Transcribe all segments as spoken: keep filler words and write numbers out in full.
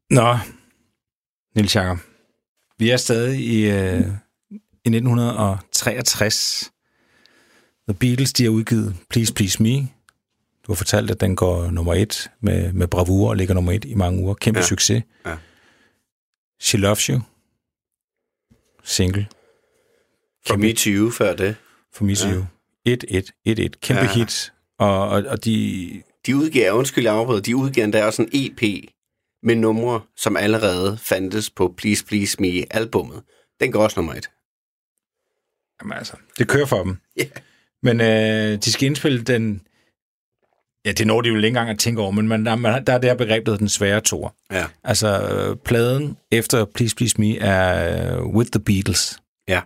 Nå, Niels Jakob. Vi er stadig i, øh, i nitten treogtres. The Beatles, de har udgivet Please Please Me. Du har fortalt, at den går nummer et med, med bravur og ligger nummer et i mange uger. Kæmpe ja. succes. Ja. She Loves You. Single. For Me To You før det. For Me To You. et et et et Kæmpe ja. hit. Og, og, og de... De udgiver, undskyld jeg afbryder, de udgiver endda også en E P med numre, som allerede fandtes på Please Please Me-albummet. Den går også nummer et. Jamen altså, det kører for dem. Yeah. Men øh, de skal indspille den... Ja, det når de jo ikke engang at tænke over, men man, der, man, der er det her begreb, der hedder den svære tour. Ja. Altså, øh, pladen efter Please Please Me er uh, With The Beatles. Ja.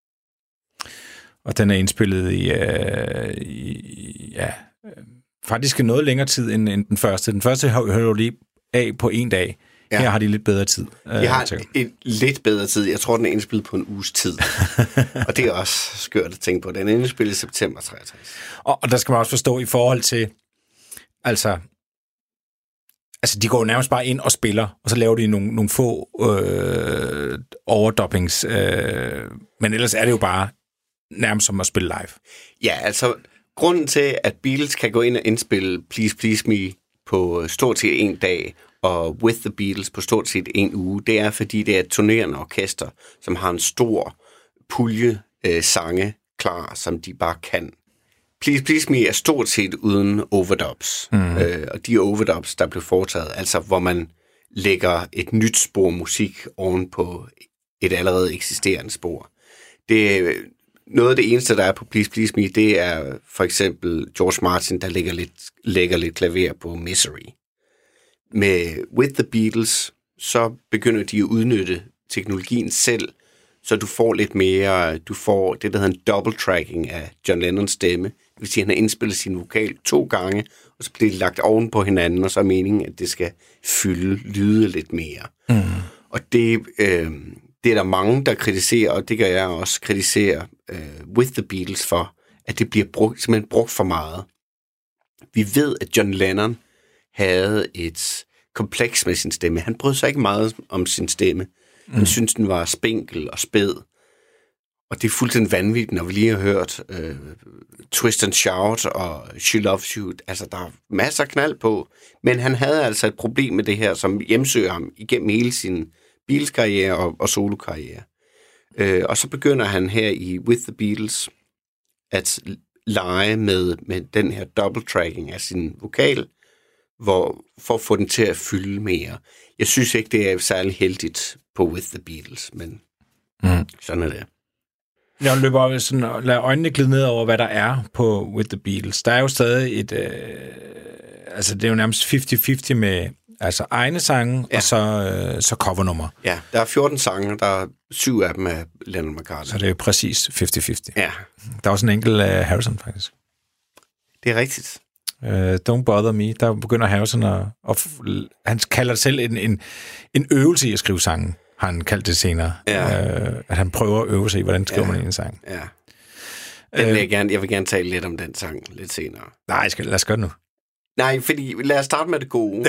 Og den er indspillet i... Øh, i ja, øh, faktisk noget længere tid end, end den første. Den første hører jo lige af på en dag. Ja. Her har de lidt bedre tid. De har en, en lidt bedre tid. Jeg tror, den er indspillet på en uges tid. Og det er også skørt at tænke på. Den er indspillet i september treogtres. Og, og der skal man også forstå i forhold til... Altså, altså, de går nærmest bare ind og spiller, og så laver de nogle, nogle få øh, overdubbings. Øh, men ellers er det jo bare nærmest som at spille live. Ja, altså, grunden til, at Beatles kan gå ind og indspille Please Please Me på stort set en dag, og With The Beatles på stort set en uge, det er, fordi det er et turnerende orkester, som har en stor pulje øh, sange klar, som de bare kan. Please Please Me er stort set uden overdubs. Mm. Øh, og de overdubs, der blev foretaget, altså hvor man lægger et nyt spor musik oven på et allerede eksisterende spor. Det er noget af det eneste, der er på Please Please Me, det er for eksempel George Martin, der lægger lidt, lægger lidt klaver på Misery. Med With The Beatles, så begynder de at udnytte teknologien selv, så du får lidt mere, du får det, der hedder en double tracking af John Lennons stemme. Det vil sige, at han har indspillet sin vokal to gange, og så bliver det lagt oven på hinanden, og så er meningen, at det skal fylde, lyde lidt mere. Mm. Og det, øh, det er der mange, der kritiserer, og det gør jeg også, kritisere øh, With The Beatles for, at det bliver brugt, simpelthen brugt for meget. Vi ved, at John Lennon havde et kompleks med sin stemme. Han brød sig ikke meget om sin stemme. Han mm. syntes, den var spinkel og spæd. Og det er fuldstændig vanvittigt, når vi lige har hørt øh, Twist and Shout og She Loves You. Altså, der er masser af knald på. Men han havde altså et problem med det her, som hjemsøger ham igennem hele sin Beatles-karriere og, og solo-karriere. Øh, og så begynder han her i With The Beatles at lege med, med den her double-tracking af sin vokal, hvor, for at få den til at fylde mere. Jeg synes ikke, det er særlig heldigt på With The Beatles, men mm. sådan er det. Jeg løber sådan og lader øjnene glide ned over, hvad der er på With The Beatles. Der er jo stadig et... Øh, altså, det er jo nærmest halvtreds halvtreds med altså egne sange, ja. og så, øh, så covernummer. Ja, der er fjorten sange, der er syv af dem af Lennon McCartney. Så det er jo præcis halvtreds halvtreds. Ja. Der er også en enkelt af uh, Harrison, faktisk. Det er rigtigt. Uh, Don't Bother Me, der begynder Harrison at... at han kalder det selv en, en, en øvelse i at skrive sangen, har han kaldt det senere. Ja. Uh, at han prøver at øve sig i, hvordan skriver ja. man en sang. Ja. Den vil jeg, gerne, jeg vil gerne tale lidt om den sang lidt senere. Nej, skal, lad os gøre det nu. Nej, fordi lad os starte med det gode.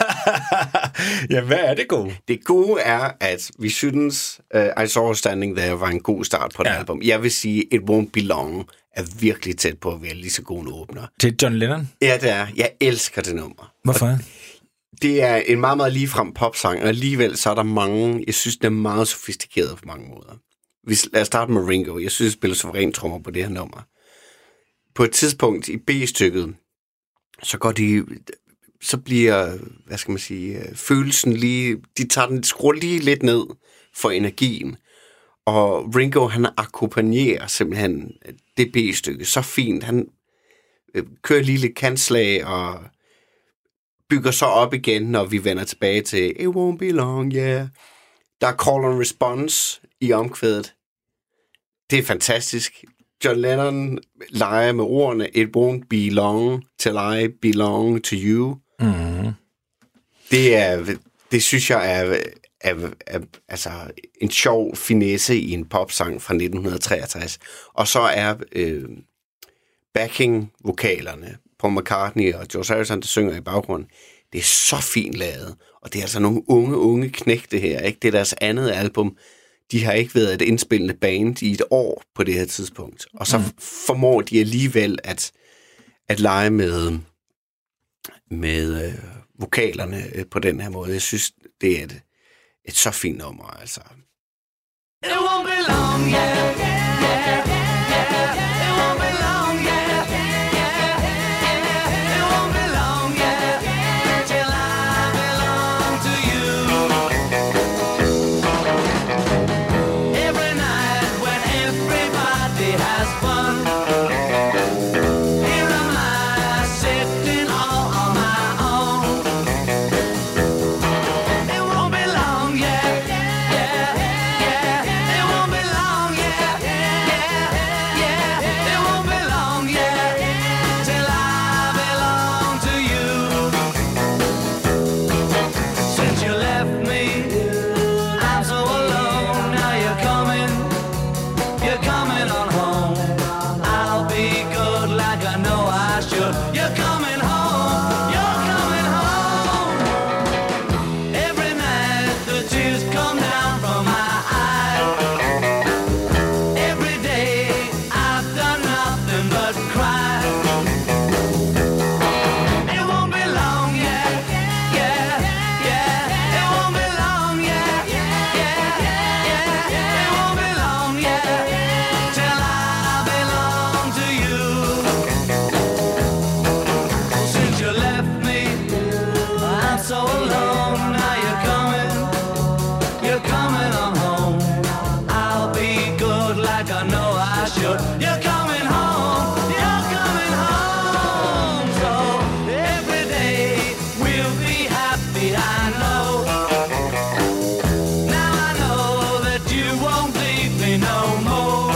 Ja, hvad er det gode? Det gode er, at vi synes, uh, I Saw Her Standing There var en god start på det ja. album. Jeg vil sige, It Won't Be Long er virkelig tæt på at være lige så god en åbner. Til John Lennon? Ja, det er. Jeg elsker det nummer. Hvorfor? Og det er en meget, meget ligefrem popsang, og alligevel så er der mange, jeg synes, den er meget sofistikeret på mange måder. Hvis, lad os starte med Ringo. Jeg synes, jeg spiller suverænt trommer på det her nummer. På et tidspunkt i B-stykket, så går de, så bliver, hvad skal man sige, følelsen lige, de tager den, skruer lige lidt ned for energien. Og Ringo, han akkompagnerer simpelthen det B-stykke så fint. Han kører lige lidt kantslag og bygger så op igen, når vi vender tilbage til It Won't Be Long, yeah. Der er call and response i omkvædet. Det er fantastisk. John Lennon leger med ordene It won't be long till I belong to you. Mm. Det er, det synes jeg er, er, er altså en sjov finesse i en popsang fra nitten treogtres. Og så er øh, backing-vokalerne, Paul McCartney og George Harrison, der synger i baggrunden, Det er så fint lavet. Og det er altså nogle unge, unge knægte her, ikke? Det er deres andet album. De har ikke været et indspillende band i et år på det her tidspunkt. Og så formår de alligevel at, at lege med, med øh, vokalerne øh, på den her måde. Jeg synes, det er et, et så fint nummer, altså. It won't be long, yeah, yeah, yeah, yeah. It won't be long, yeah, yeah, yeah. It won't be long, yeah, till I belong to you. Every night when everybody has fun, here am I sitting all on my own. It won't be long, yeah, yeah, yeah. It won't be long, yeah, yeah, yeah. It won't be long, yeah, till I belong to you. Since you left me, I'm so alone. Now you're coming, you're coming on home. I'll be good like I know I should. You're coming home, you're coming home. Every night the tears come down from my eyes. Every day I've done nothing but cry. It won't be long, yeah, yeah, yeah. It won't be long, yeah, yeah, yeah. It won't be long, yeah, till I belong to you. Since you left me, I'm so alone. Now you're coming, you're coming on home. I'll be good like I know I should. You're coming home, you're coming home. So every day we'll be happy, I know. Now I know that you won't leave me no more.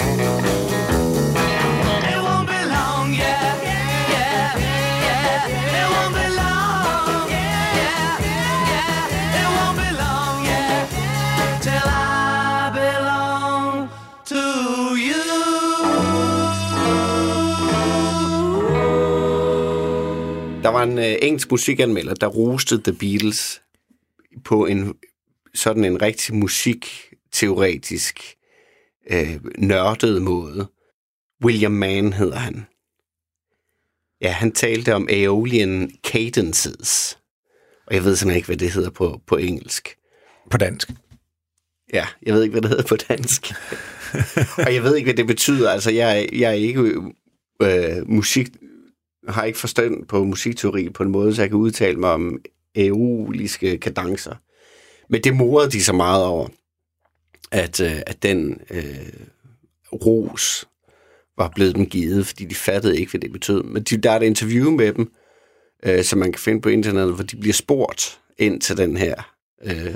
It won't be long, yeah, yeah, yeah. It won't be long, yeah, yeah. It won't be long, yeah, till I belong to you. Der var en øh, engelsk musikanmelder, der roste The Beatles på en sådan en rigtig musikteoretisk øh, nørdet måde. William Mann hedder han. Ja, han talte om Aeolian cadences. Og jeg ved simpelthen ikke, hvad det hedder på, på engelsk. På dansk. Ja, jeg ved ikke, hvad det hedder på dansk. Og jeg ved ikke, hvad det betyder. Altså, jeg, er- jeg er ikke øh, musik... har ikke forstand på musikteori på en måde, så jeg kan udtale mig om æoliske kadencer. Men det morede de så meget over, at, øh, at den øh, ros var blevet dem givet, fordi de fattede ikke, hvad det betød. Men de, der er et interview med dem, øh, som man kan finde på internettet, hvor de bliver spurgt ind til den her øh,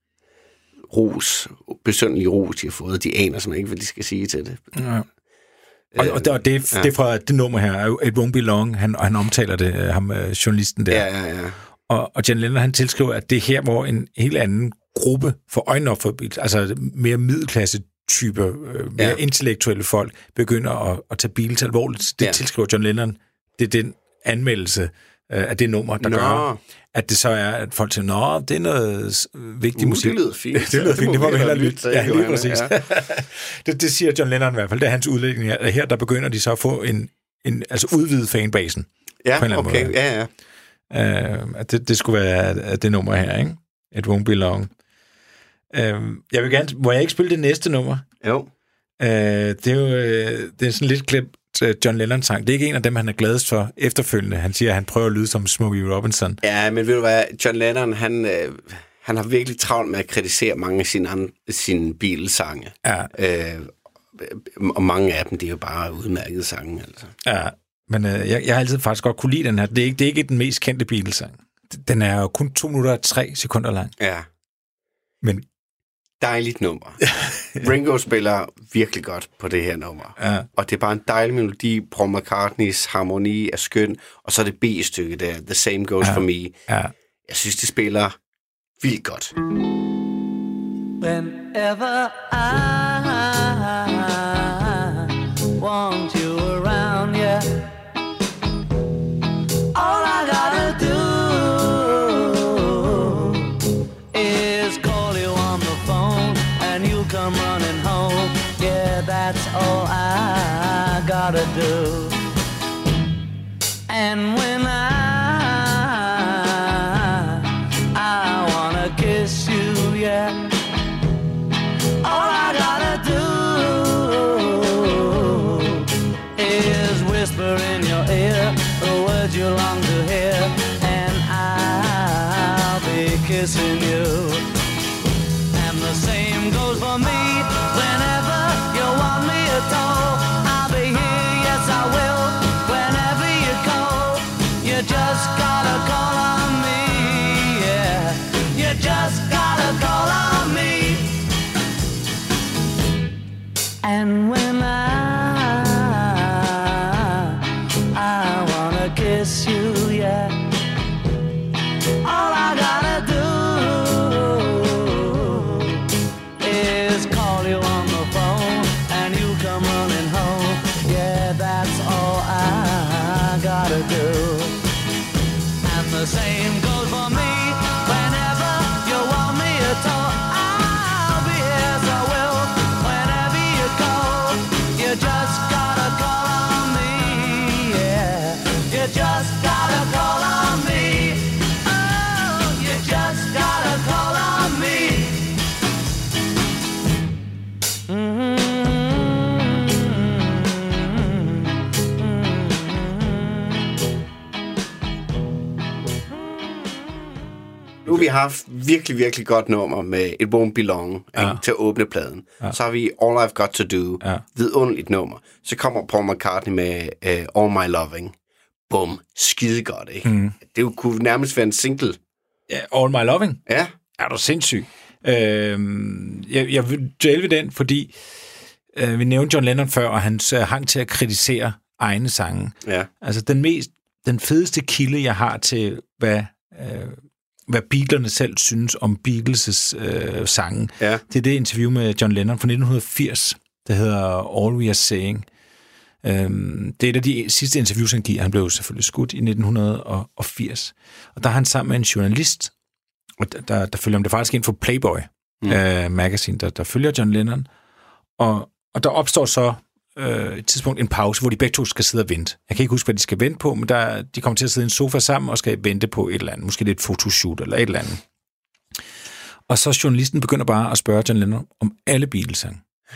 ros, besynderlige ros, de har fået. De aner simpelthen ikke, hvad de skal sige til det. Ja. Og, og, det, og det, ja. det fra det nummer her, er jo It Won't Be Long, han, og han omtaler det, øh, ham øh, journalisten der. Ja, ja, ja. Og, og John Lennon, han tilskriver, at det er her, hvor en helt anden gruppe får øjnene op for Beatles, altså mere middelklasse typer, øh, mere Ja. intellektuelle folk, begynder at, at tage Beatles alvorligt. Det Ja. tilskriver John Lennon. Det er den anmeldelse øh, af det nummer, der Nå. gør, at det så er, at folk siger, nå, det er noget s- vigtig Uh, musik. det lyder fint. det lyder fint, det må vi hellere lytte. Ja, lige Johanne, præcis. ja. det, det siger John Lennon i hvert fald. Det er hans udlægning. At her, der begynder de så at få en, en altså udvidet fanbasen. Ja, på en eller anden okay, måde. ja, ja. Uh, at det, det skulle være at det nummer her, ikke? It Won't Be Long. Uh, jeg vil gerne... Må jeg ikke spille det næste nummer? Jo. Uh, det er jo uh, det er sådan lidt klip John Lennon-sang. Det er ikke en af dem, han er gladest for efterfølgende. Han siger, at han prøver at lyde som Smokey Robinson. Ja, men ved du hvad, John Lennon, han, øh, han har virkelig travlt med at kritisere mange af sine, andre, sine Beatles-sange. Ja. Øh, og mange af dem, det er jo bare udmærkede sange, altså. Ja, men uh, jeg, jeg har altid faktisk godt kunne lide den her. Det er ikke, det er ikke den mest kendte Beatles-sang. Den er jo kun to minutter og tre sekunder lang. Ja. Men Dejligt nummer. Ringo spiller virkelig godt på det her nummer. ja. Og det er bare en dejlig melodi. Paul McCartneys harmoni er skøn. Og så er det B-stykke der, The Same Goes Ja. For Me. Ja. Jeg synes, det spiller vildt godt. Whenever I want you around, yeah, all I gotta do do. And when I, I wanna kiss you, yeah, all I gotta do is whisper in your ear the words you long to hear, and I'll be kissing you. And the same goes for me. Whenever you want me at all, I'll be here, yes I will. Whenever you call, you just gotta call on me, yeah. You just gotta call on me. And when I, I wanna kiss you, yeah, all I gotta do is call you on the phone and you come running home. Yeah, that's all I gotta do. And the same goes for me. Whenever you want me at all, I'll be here as I will. Whenever you call, you just gotta call on me, yeah. You just gotta call on me. Oh, you just gotta call on me. Nu har vi haft virkelig, virkelig godt nummer med It Won't Be Long ja. til at åbne pladen. Ja. Så har vi All I've Got To Do, ja. vidunderligt nummer. Så kommer Paul McCartney med uh, All My Loving. Bum, skide godt, ikke? Mm. Det kunne nærmest være en single. Ja, All My Loving? Ja. Er du sindssyg? Øhm, jeg, jeg vil dvæle ved den, fordi øh, vi nævnte John Lennon før, og hans øh, hang til at kritisere egne sange. Ja. Altså den mest, den fedeste kilde, jeg har til, hvad... Øh, hvad Beatlerne selv synes om Beatles' øh, sange. Ja. Det er det interview med John Lennon fra nitten firs, der hedder All We Are Saying. Øhm, det er et af de sidste interviews, han giver. Han blev selvfølgelig skudt i nitten firs. Og der er han sammen med en journalist, og der, der, der følger ham, det er faktisk en fra Playboy mm. øh, Magazine, der, der følger John Lennon. Og, og der opstår så øh, et tidspunkt en pause, hvor de begge to skal sidde og vente. Jeg kan ikke huske, hvad de skal vente på, men der, de kommer til at sidde i en sofa sammen og skal vente på et eller andet. Måske lidt fotoshoot eller et eller andet. Og så journalisten begynder bare at spørge John Lennon om alle Beatles-sange.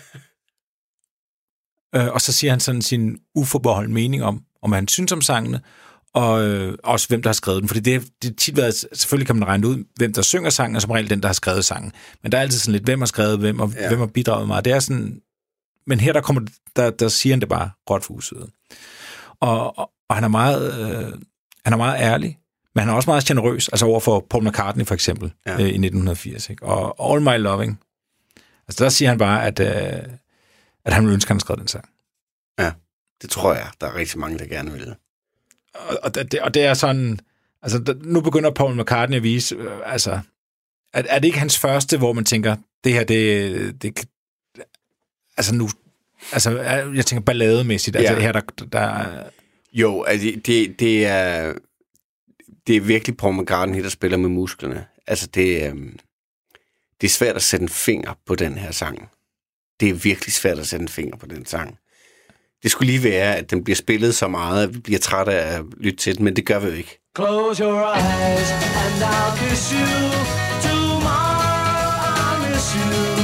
øh, og så siger han sådan sin uforbeholden mening om, om han synes om sangene, og øh, også hvem der har skrevet den. Fordi det, det er tit været, selvfølgelig kan man regne ud, hvem der synger sangen, og som regel den, der har skrevet sangen. Men der er altid sådan lidt, hvem har skrevet hvem, og ja. hvem har bidraget meget. Det er sådan... Men her der kommer der, der siger han det bare råt for usødet. Og, og, og han er meget øh, han er meget ærlig, men han er også meget generøs, altså over for Paul McCartney for eksempel ja. øh, i nitten firs, ikke? Og All My Loving. Altså der siger han bare at øh, at han ønsker han skrev den sang. Ja, det tror jeg. Der er rigtig mange der gerne vil. Og, og det og det er sådan, altså der, nu begynder Paul McCartney at vise øh, altså er, er det ikke hans første, hvor man tænker det her det det altså nu, altså jeg tænker ballademæssigt, altså ja. det her, der, der... Jo, altså det, det er, det er virkelig Paul McCartney, der spiller med musklerne. Altså det, øhm, det er svært at sætte en finger på den her sang. Det er virkelig svært at sætte en finger på den sang. Det skulle lige være, at den bliver spillet så meget, at vi bliver trætte af at lytte til den, men det gør vi jo ikke. Close your eyes and I'll kiss you. Tomorrow I'll miss you.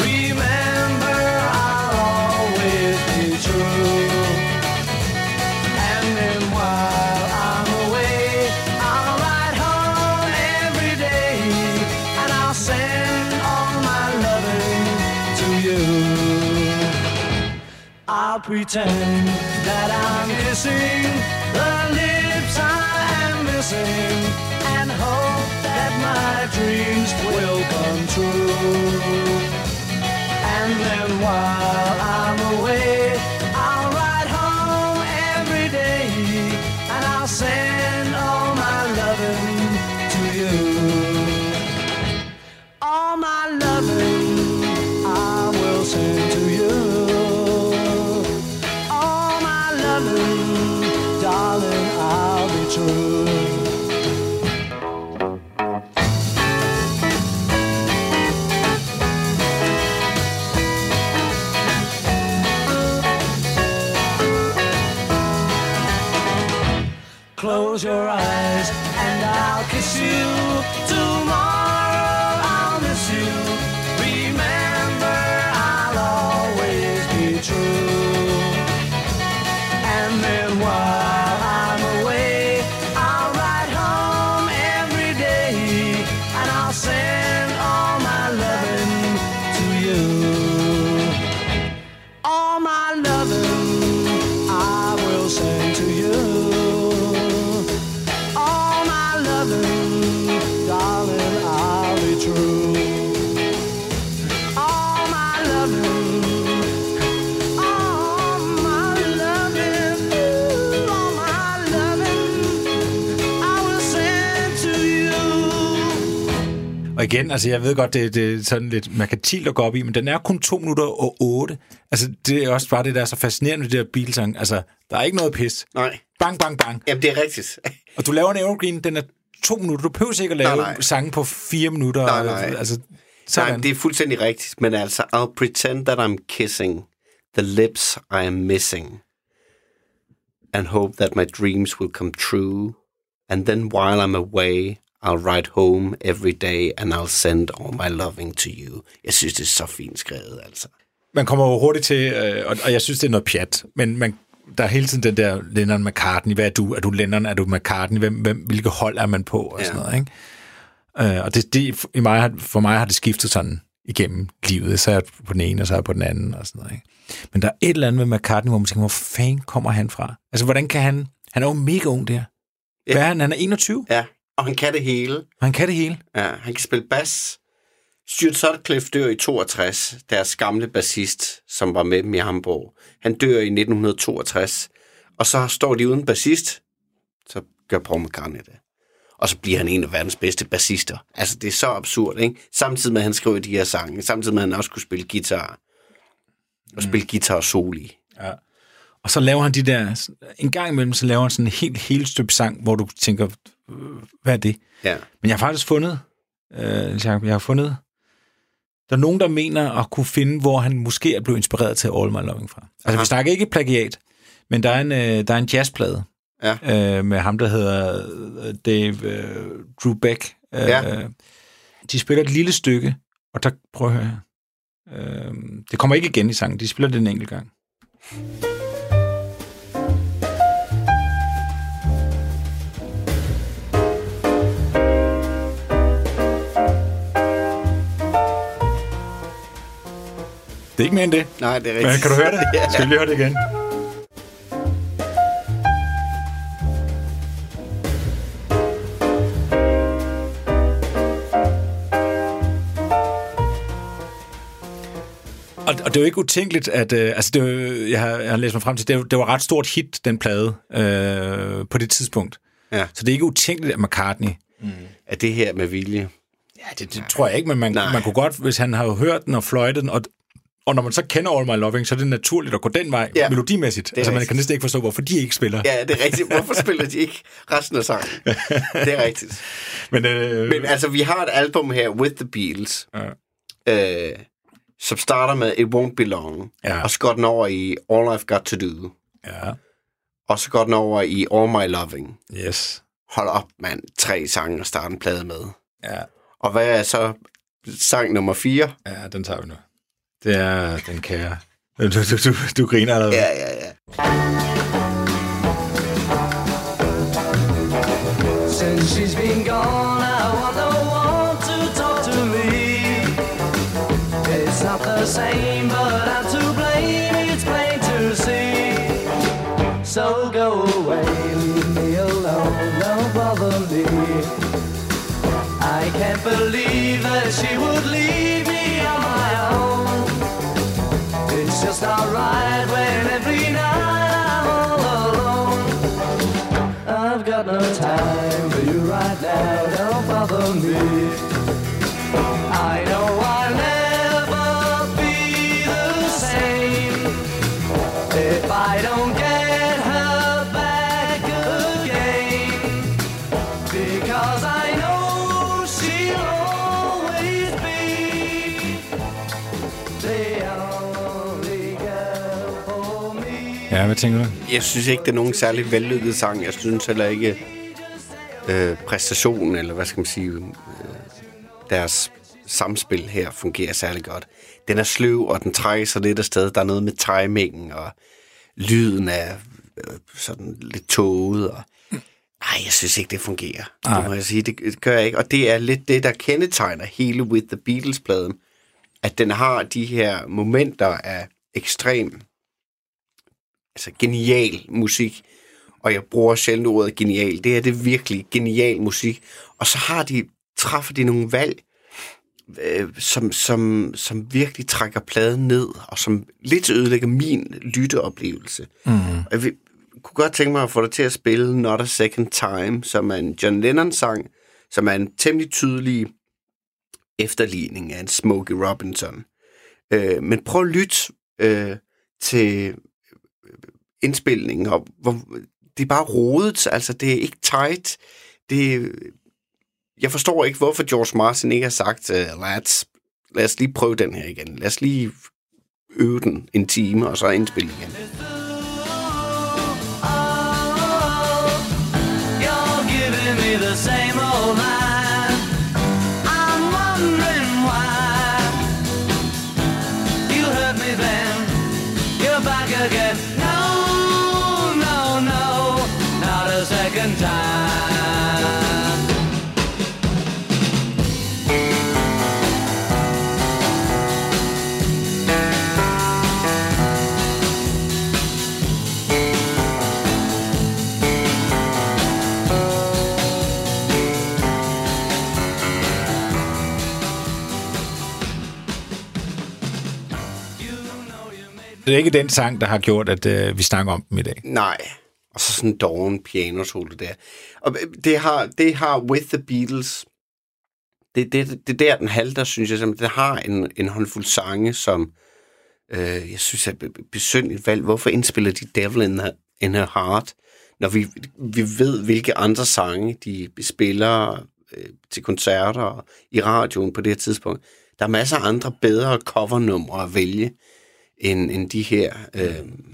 I'll pretend that I'm kissing the lips I am missing and hope that my dreams will come true. And then while I'm away, I'll ride home every day and I'll send all my loving to you. All my loving I will send to you. Darling, I'll be true. igen, altså jeg ved godt, det, det er sådan lidt merkantilt at gå op i, men den er kun to minutter og otte. Altså det er også bare det, der er så fascinerende ved det der Beatles-sang. Altså, der er ikke noget pis. Nej. Bang, bang, bang. Jamen, det er rigtigt. Og du laver en evergreen, den er to minutter. Du behøver ikke at lave nej, nej. sange på fire minutter. Nej, nej. Altså, sådan. Nej, det er fuldstændig rigtigt, men altså, I'll pretend that I'm kissing the lips I am missing and hope that my dreams will come true. And then while I'm away, I'll write home every day and I'll send all my loving to you. Jeg synes, det er så fint skrevet, altså. Man kommer jo hurtigt til, øh, og, og jeg synes, det er noget pjat, men man, der er hele tiden den der Lennon-McCartney. Hvad er du? Er du Lennon? Er du McCartney? Hvem, hvem, hvilke hold er man på? Og sådan ja. noget, ikke? Øh, og det, det, i mig, for mig har det skiftet sådan igennem livet. Så er jeg på den ene, og så er jeg på den anden, og sådan noget, ikke? Men der er et eller andet med McCartney, hvor man tænker, hvor fanden kommer han fra? Altså, hvordan kan han... Han er jo mega ung der. Hvad er han? Han er enogtyve? Ja, og han kan det hele. Han kan det hele? Ja, han kan spille bas. Stuart Sutcliffe dør i toogtres, deres gamle bassist, som var med dem i Hamburg. Han dør i nitten toogtres, og så står de uden bassist, så gør Paul McCartney det. Og så bliver han en af verdens bedste bassister. Altså, det er så absurd, ikke? Samtidig med, at han skriver de her sange, samtidig med, at han også kunne spille guitar, og spille mm. guitar og soli. Ja. Og så laver han de der... En gang imellem, så laver han sådan en helt, helt stykke sang, hvor du tænker, hvad er det? Ja. Men jeg har faktisk fundet... Øh, jeg har fundet... Der er nogen, der mener at kunne finde, hvor han måske er blevet inspireret til All My Loving fra. Altså, Aha. vi snakker ikke plagiat, men der er en, der er en jazzplade ja. øh, med ham, der hedder Dave øh, Drew Beck. Øh, ja. De spiller et lille stykke, og der prøver jeg at høre. Øh, det kommer ikke igen i sangen, de spiller det en enkelt gang. Det er ikke mere end det. Nej, det er rigtigt. Men kan du høre det? Ja. Skal vi lige høre det igen? Og, og det er jo ikke utænkeligt, at... Øh, altså, det var, jeg, har, jeg har læst mig frem til, det var, det var ret stort hit, den plade, øh, på det tidspunkt. Ja. Så det er ikke utænkeligt, at McCartney... Mm. Er det her med vilje? Ja, det, det tror jeg ikke, men man, man kunne godt, hvis han har hørt den og fløjtet den, og, og når man så kender All My Loving, så er det naturligt at gå den vej, ja, melodimæssigt. Altså, man kan næsten ikke forstå, hvorfor de ikke spiller. Ja, det er rigtigt. Hvorfor spiller de ikke resten af sangen? Det er rigtigt. Men, øh... men altså, vi har et album her, With the Beatles, ja. øh, som starter med It Won't Be Long, ja. Og så går den over i All I've Got To Do, ja. Og så går den over i All My Loving. Yes. Hold op, mand. Tre sange at starte en plade med. Ja. Og hvad er så sang nummer fire? Ja, den tager vi nu. Det er den kære. Du, du, du, du griner allerede. Ja, ja, ja. Since she's been gone, I want no one to talk to me. It's not the same, but I'm to blame. It's plain to see. So go away, leave me alone, don't bother me. I can't believe that she would leave me on my own. It's just not right when every night I'm all alone. I've got no time for you right now, don't bother me. I know I'll never be the same if I don't get her back again, because I know Ja, hvad tænker du? Jeg synes ikke, det er nogen særlig vellykket sang. Jeg synes heller ikke øh, præstationen, eller hvad skal man sige, øh, deres samspil her fungerer særlig godt. Den er sløv, og den trækker sig lidt afsted. Der er noget med timingen, og lyden er øh, sådan lidt tåget. Og... Ej, jeg synes ikke, det fungerer. Ej. Det må jeg sige, det gør jeg ikke. Og det er lidt det, der kendetegner hele With the Beatles-pladen. At den har de her momenter af ekstrem, altså genial musik, og jeg bruger sjældent ordet genial. Det er det virkelig genial musik. Og så har de, træffer de nogle valg, øh, som, som, som virkelig trækker pladen ned, og som lidt ødelægger min lytteoplevelse. Mm. Jeg vil, kunne godt tænke mig at få dig til at spille Not a Second Time, som er en John Lennon-sang, som er en temmelig tydelig efterligning af en Smokey Robinson. Øh, men prøv at lytte øh, til indspilningen, og hvor, det er bare rodet, altså det er ikke tight. Det, jeg forstår ikke, hvorfor George Martin ikke har sagt, uh, lad, lad os lige prøve den her igen. Lad os lige øve den en time, og så indspille igen. The same old line. I'm wondering why you hurt me then. You're back again. No, no, no, not a second time. Det er ikke den sang, der har gjort, at øh, vi snakker om dem i dag. Nej. Og så sådan en doven piano-solo der. Og det har, det har With the Beatles, det, det, det der, den halter, synes jeg, det har en, en håndfuld sange, som øh, jeg synes er besynderligt valg. Hvorfor indspiller de Devil in Her, in Her Heart, når vi, vi ved, hvilke andre sange de spiller øh, til koncerter og i radioen på det her tidspunkt. Der er masser af andre bedre covernumre at vælge, end, end de her. Øh.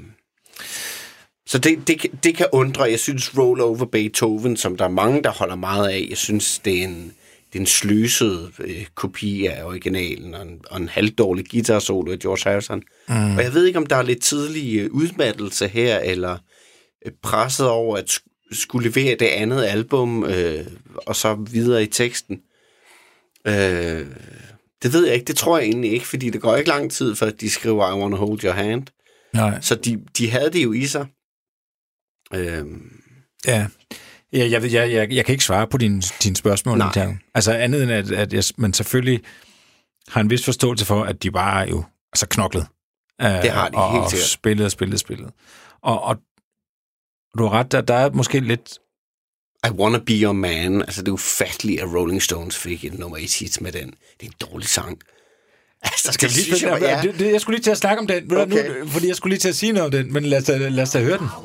Så det, det, det kan undre. Jeg synes Roll Over Beethoven, som der er mange, der holder meget af, jeg synes, det er en, det er en sløset øh, kopi af originalen, og en, og en halvdårlig guitar-solo af George Harrison. Mm. Og jeg ved ikke, om der er lidt tidlig øh, udmattelse her, eller øh, presset over at skulle levere det andet album, øh, og så videre i teksten. Øh, det ved jeg ikke. Det tror jeg egentlig ikke, fordi det går ikke lang tid, før de skriver I Wanna Hold Your Hand. Nej. Så de, de havde det jo i sig. Øh, ja. Ja, jeg, jeg, jeg, jeg kan ikke svare på dine din spørgsmål. Nej. Altså andet end, at, at jeg, man selvfølgelig har en vis forståelse for, at de bare er jo altså knoklet. Det har de og, helt og sikkert. spillet og spillet og spillet. Og, og du har ret, der, der er måske lidt... I Wanna Be Your Man. Altså, det er ufatteligt, at Rolling Stones fik et nummer et hit med den. Det er en dårlig sang. Altså, Skal vi lige, synes jeg, jeg, det, det, jeg skulle lige til at snakke om den, okay. nu, fordi jeg skulle lige til at sige noget om den, men lad os, lad os da høre den.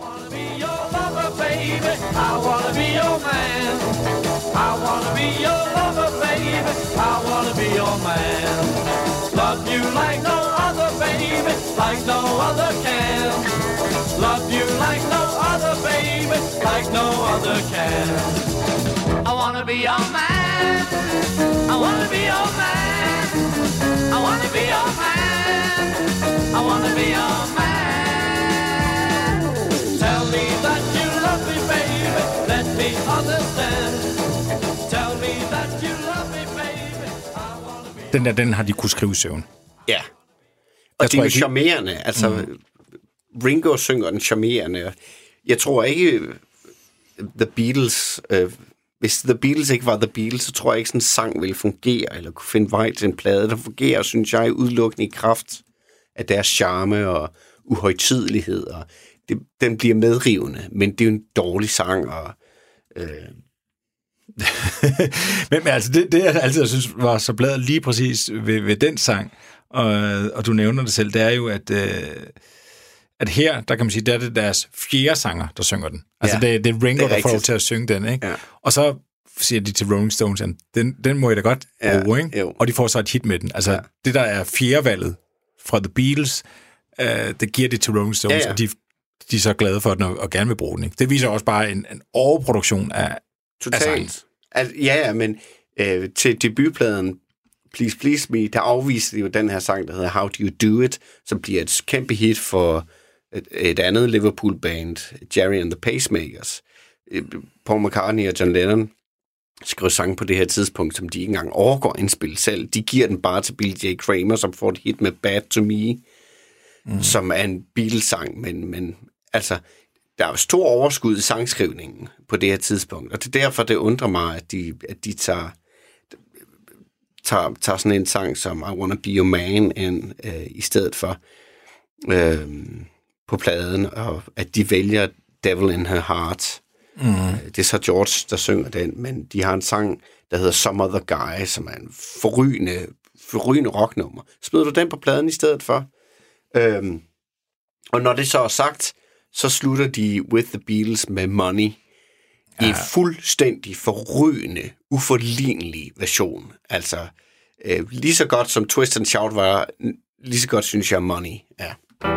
I wanna be your man. I wanna be your lover, baby. I wanna be your man. Love you like no other, baby, like no other can. Love you like no other, baby, like no other can. I wanna be your man. I wanna be your man. I wanna be your man. I wanna be your man. Tell me that you love me, baby. Let me understand. Tell me that you love me, baby. I wanna be. Den der, den har de kunne skrive i søvn. Ja. Og Jeg det er jo ikke... charmerende. Altså, mm. Ringo synger den charmerende. Jeg tror ikke, The Beatles... Øh, hvis The Beatles ikke var The Beatles, så tror jeg ikke, sådan en sang ville fungere, eller kunne finde vej til en plade. Der fungerer, synes jeg, udelukkende i kraft af deres charme og uhøjtidelighed. Og det, den bliver medrivende, men det er jo en dårlig sang. Og, øh... men, men altså, det, det jeg altid synes var så bladet lige præcis ved, ved den sang, og, og du nævner det selv, det er jo, at, øh, at her, der kan man sige, der er det deres fjerde sanger, der synger den. Altså, ja, det, det er Ringo, det er der får lov til at synge den, ikke? Ja. Og så siger de til Rolling Stones, at den, den må I da godt bruge, ja, ikke? Jo. Og de får så et hit med den. Altså, ja. Det der er fjerdevalget fra The Beatles, øh, det giver det til Rolling Stones, ja, ja. Og de, de er så glade for den og, og gerne vil bruge den, ikke? Det viser også bare en, en overproduktion af, af sangen. Altså, ja, ja, men øh, til debutpladen Please Please Me, der afviste de jo den her sang, der hedder How Do You Do It, som bliver et kæmpe hit for et, et andet Liverpool-band, Jerry and the Pacemakers. Paul McCartney og John Lennon skrev sang på det her tidspunkt, som de ikke engang overgår at indspille selv. De giver den bare til Billy J. Kramer, som får et hit med Bad To Me, mm. som er en Beatles-sang, men, men altså, der er jo stor overskud i sangskrivningen på det her tidspunkt, og det er derfor, det undrer mig, at de, at de tager, tager, tager sådan en sang som I Wanna Be Your Man ind, øh, i stedet for øh, på pladen, og at de vælger Devil in Her Heart. Mm. Det er så George, der synger den, men de har en sang, der hedder Some Other Guy, som er en forrygende, forrygende rocknummer. Smider du den på pladen i stedet for? Øhm, og når det så er sagt, så slutter de With the Beatles med Money ja. i en fuldstændig forrygende, uforlignelig version. Altså, øh, lige så godt som Twist and Shout var, lige så godt synes jeg Money er.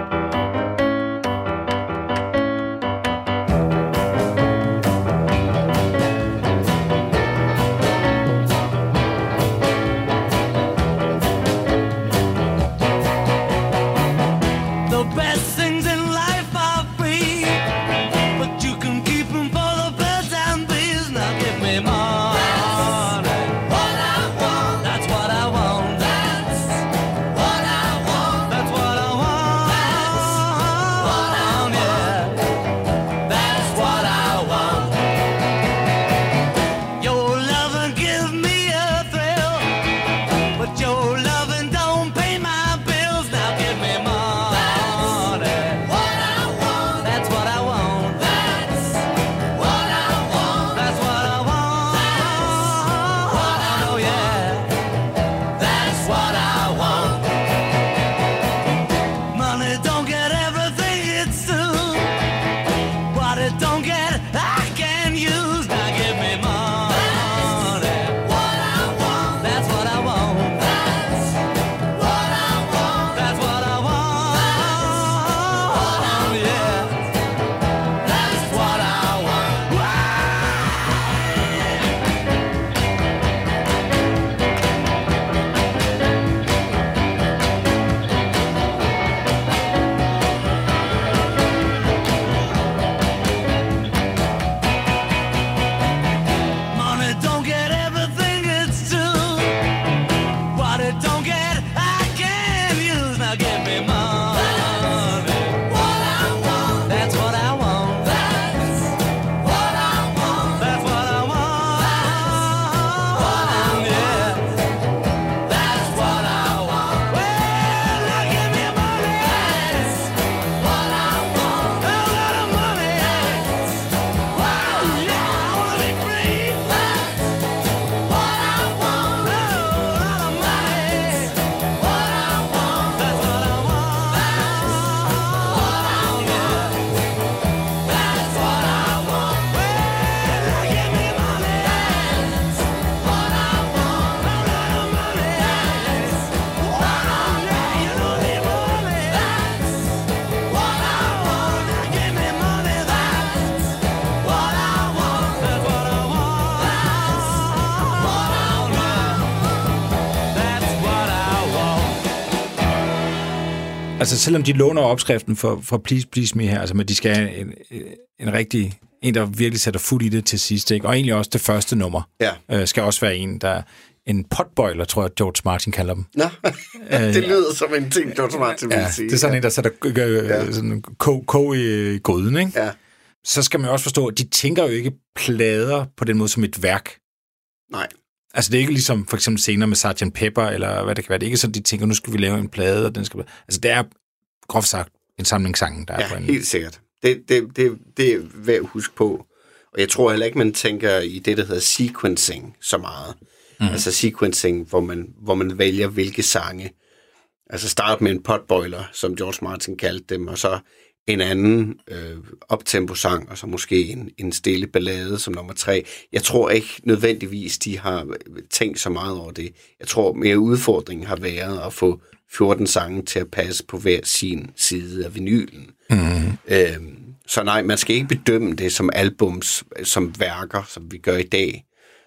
Altså selvom de låner opskriften for, for Please Please Me her, altså men de skal have en, en rigtig, en der virkelig sætter fuld i det til sidst, ikke? Og egentlig også det første nummer, ja. øh, skal også være en, der en potboiler, tror jeg, George Martin kalder dem. Nå, det lyder som en ting, George Martin vil ja, sige. det er sådan ja. en, der sætter øh, ja. sådan kog, kog i gryden, ikke? Ja. Så skal man også forstå, at de tænker jo ikke plader på den måde som et værk. Nej. Altså det er ikke ligesom for eksempel scener med sergeant Pepper, eller hvad det kan være. Det er ikke sådan, de tænker, nu skal vi lave en plade, og den skal... Altså det er groft sagt en samling sange, der ja, er på en... helt sikkert. Det, det, det, det er værd at huske på. Og jeg tror heller ikke, man tænker i det, der hedder sequencing så meget. Mm. Altså sequencing, hvor man, hvor man vælger hvilke sange. Altså start med en potboiler, som George Martin kaldte dem, og så en anden øh, optempo-sang, og så måske en, en stille ballade som nummer tre. Jeg tror ikke nødvendigvis, de har tænkt så meget over det. Jeg tror mere udfordringen har været at få fjorten sange til at passe på hver sin side af vinylen. Mm. Øhm, så nej, man skal ikke bedømme det som albums, som værker, som vi gør i dag.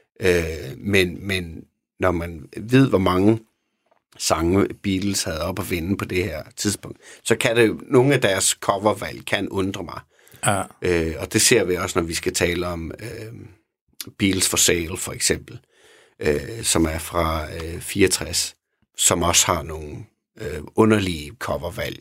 Øh, men, men når man ved, hvor mange sange Beatles havde op at vinde på det her tidspunkt, så kan det nogle af deres covervalg kan undre mig. Ja. Øh, og det ser vi også, når vi skal tale om øh, Beatles for Sale, for eksempel, øh, som er fra øh, fireogtres, som også har nogle øh, underlige covervalg.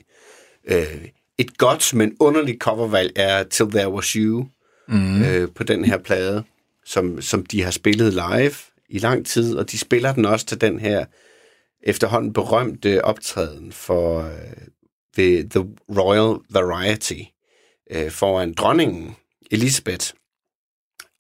Øh, et godt, men underligt covervalg er Till There Was You, mm. øh, på den her plade, som, som de har spillet live i lang tid, og de spiller den også til den her efterhånden berømte optræden for øh, ved The Royal Variety øh, foran dronningen Elizabeth,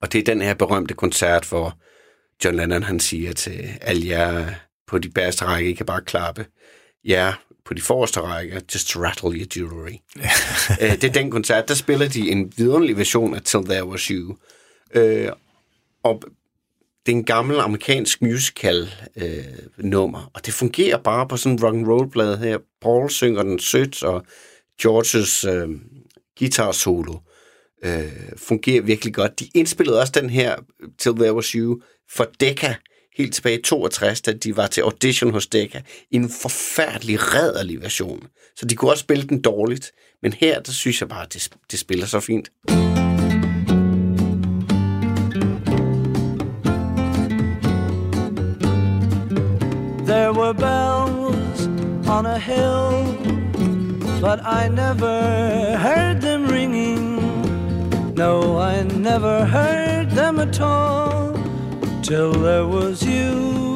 Og det er den her berømte koncert, hvor John Lennon han siger til alle jer på de bagerste rækker, I kan bare klappe. Ja, på de forreste rækker, just rattle your jewelry. uh, det er den koncert, der spiller de en vidunderlig version af Till There Was You. Uh, og det er en gammel amerikansk musical øh, nummer, og det fungerer bare på sådan en rock'n'roll-blad her. Paul synger den sødt, og Georges øh, guitar solo øh, fungerer virkelig godt. De indspillede også den her Till There Was You for Decca helt tilbage i toogtres, da de var til audition hos Decca, i en forfærdelig rædderlig version. Så de kunne også spille den dårligt, men her, der synes jeg bare, at det, det spiller så fint. There were bells on a hill, but I never heard them ringing. No, I never heard them at all, till there was you.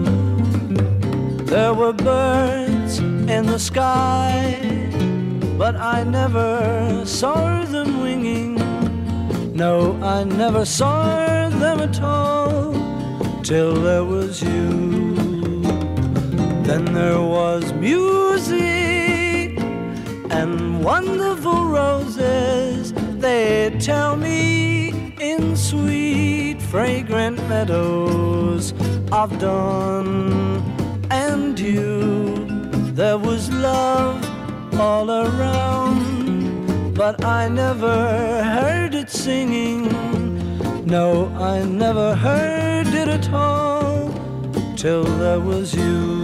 There were birds in the sky, but I never saw them winging. No, I never saw them at all, till there was you. Then there was music and wonderful roses, they tell me, in sweet fragrant meadows of dawn and dew. There was love all around, but I never heard it singing. No, I never heard it at all, till there was you.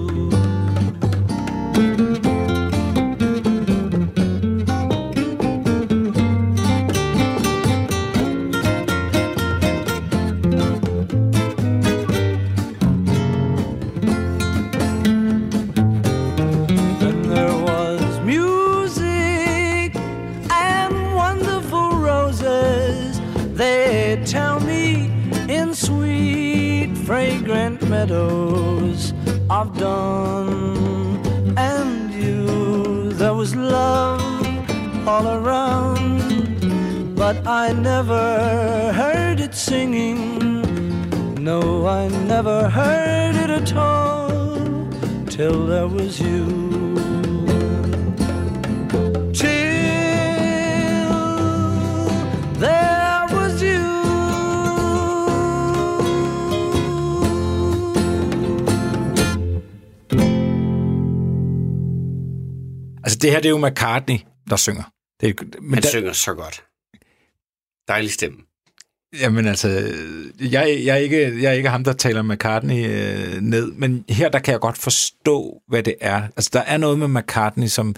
Meadows of dawn and you. There was love all around, but I never heard it singing. No, I never heard it at all, till there was you. Till there was you. Altså, det her, det er jo McCartney, der synger. Det er, men Han der, synger så godt. Dejlig stemme. Jamen altså, jeg, jeg, er ikke, jeg er ikke ham, der taler McCartney øh, ned, men her, der kan jeg godt forstå, hvad det er. Altså, der er noget med McCartney, som...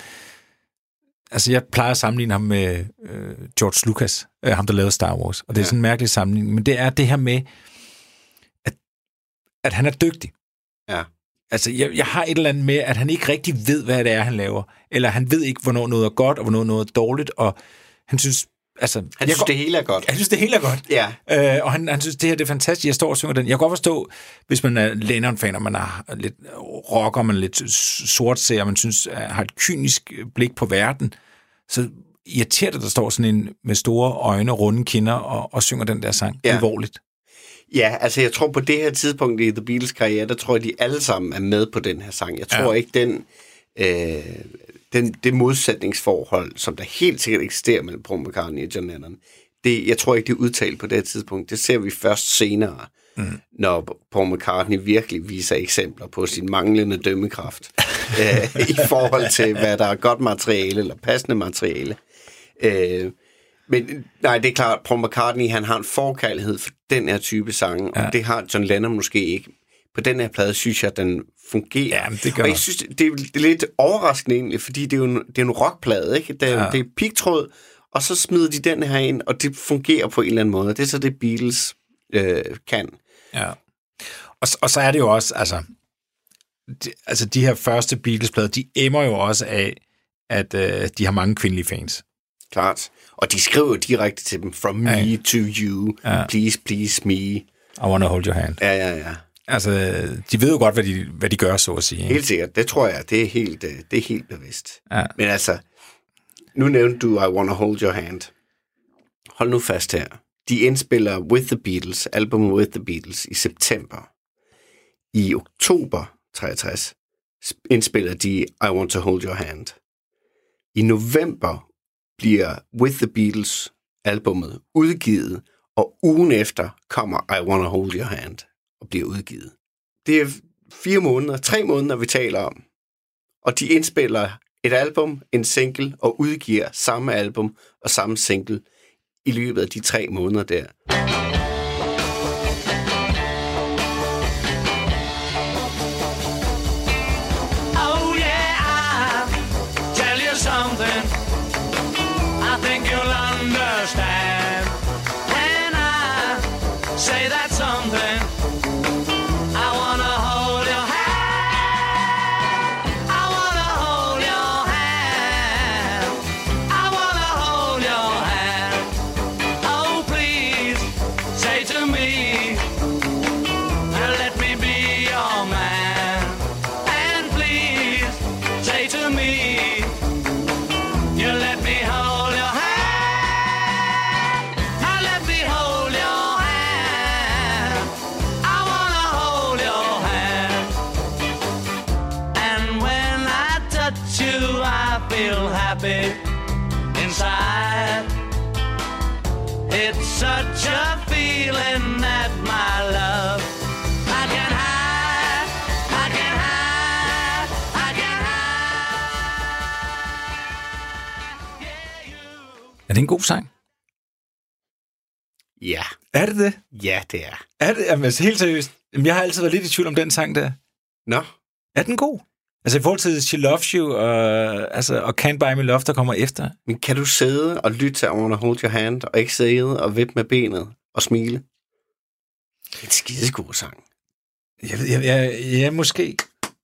Altså, jeg plejer at sammenligne ham med øh, George Lucas, øh, ham, der lavede Star Wars, og det er ja. sådan en mærkelig sammenligning, men det er det her med, at, at han er dygtig. Ja. Altså, jeg, jeg har et eller andet med, at han ikke rigtig ved, hvad det er, han laver. Eller han ved ikke, hvornår noget er godt, og hvornår noget er dårligt, og han synes... Altså, han synes, går, det hele er godt. Han synes, det hele er godt. Ja. Øh, og han, han synes, det her det er fantastisk. Jeg står og synger den. Jeg kan godt forstå, hvis man er Lennon-fan, og man er lidt rocker, man er lidt sortseer, og man synes, har et kynisk blik på verden, så irriterer det, der står sådan en med store øjne, runde kinder, og, og synger den der sang ja. alvorligt. Ja, altså jeg tror på det her tidspunkt i The Beatles karriere, der tror jeg, de alle sammen er med på den her sang. Jeg tror ja. ikke, den, øh, den, det modsætningsforhold, som der helt sikkert eksisterer mellem Paul McCartney og John Lennon, det, jeg tror ikke, det er udtalt på det her tidspunkt. Det ser vi først senere, mm. når Paul McCartney virkelig viser eksempler på sin manglende dømmekraft øh, i forhold til, hvad der er godt materiale eller passende materiale. Øh, Men nej, det er klart, Paul McCartney, han har en forkærlighed for den her type sange, ja. og det har John Lennon måske ikke. På den her plade synes jeg, at den fungerer. Ja, det gør og jeg synes, det er, det er lidt overraskende egentlig, fordi det er jo en, det er en rockplade, ikke? Det er, ja. det er pigtråd, og så smider de den her ind, og det fungerer på en eller anden måde. Det er så det, Beatles øh, kan. Ja, og, og så er det jo også, altså, de, altså de her første Beatles-plader, de emmer jo også af, at øh, de har mange kvindelige fans. Klart. Og de skriver jo direkte til dem, from me ja. to you, ja. please, please me. I wanna hold your hand. Ja, ja, ja. Altså, de ved jo godt, hvad de, hvad de gør, så at sige. Ikke? Helt sikkert. Det tror jeg, det er helt, det er helt bevidst. Ja. Men altså, nu nævnte du, I wanna hold your hand. Hold nu fast her. de indspiller With the Beatles, albumet With the Beatles, i september. I oktober treogtres indspiller de I Want to Hold Your Hand. I november bliver With the Beatles albumet udgivet, og ugen efter kommer I Want to Hold Your Hand og bliver udgivet. Det er fire måneder, tre måneder, vi taler om. Og de indspiller et album, en single, og udgiver samme album og samme single i løbet af de tre måneder der. Oh yeah, I'll tell you something I think you'll understand when I say that something. I wanna hold your hand. I wanna hold your hand. I wanna hold your hand. Oh, please say to me, let me be your man. And please say to me, you let me hold your hand. I let me hold your hand. I wanna hold your hand. And when I touch you, I feel happy inside. It's such a feeling that my love I can hide, I can hide, I can hide. Yeah, you. Er det en god sang? Ja, Er det det? ja det er. Er det? Jamen, altså, helt seriøst. Jamen, jeg har altid været lidt i tvivl om den sang der. Nå, Er den god? Altså i forhold til She Loves You og, altså, og Can't Buy Me Love, der kommer efter. men kan du sidde og lytte til I Want to Hold Your Hand, og ikke sidde og vippe med benet og smile? Det er en skidegod sang. Jeg ved, jeg, jeg, ja, måske.